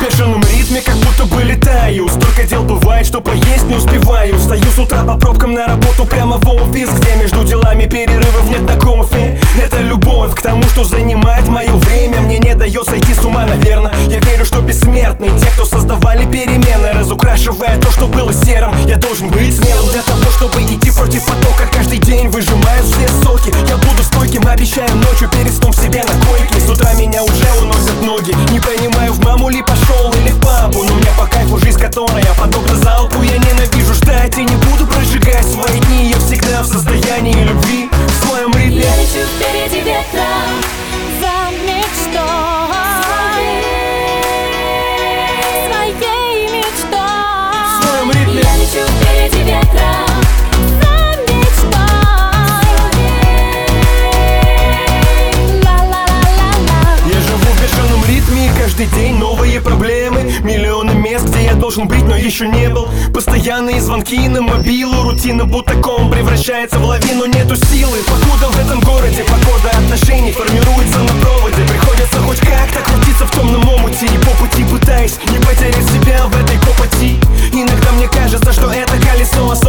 бешеном ритме, как будто бы летаю. Столько дел бывает, что поесть не успеваю. Встаю с утра по пробкам на работу прямо в офис, где между делами перерывов нет на кофе. Это любовь к тому, что занимает мое время. Мне не дает сойти с ума, наверное. Я верю, что бессмертны те, кто создавали перемены, разукрашивая то, что было серым. Я должен быть смелым для того, чтобы идти против потока. Каждый день выжимаю все соки. Я буду стойким, обещаю ночью перед сном себе на койке. С утра меня уже уносят ноги. Не понимаю, в маму ли пошел или в папу, но мне по кайфу жизнь, которая подобна залпу. Я ненавижу ждать и не буду прожигать свои дни. Я всегда в состоянии любви, в своем ритме. Я лечу впереди ветром за мечтой, своей мечтой. В своем ритме. Я лечу впереди ветром за мечтой. Ла-ла-ла-ла-ла. Я живу в бешеном ритме, и каждый день новые проблемы. Миллионы мест, где я должен быть, но еще не был. Постоянные звонки на мобилу. Рутина будто ком превращается в лавину. Нету силы, покуда в этом городе. Погода отношений формируется на проводе. Приходится хоть как-то крутиться в темном омуте. И по пути пытаясь не потерять себя в этой копоти. Иногда мне кажется, что это колесо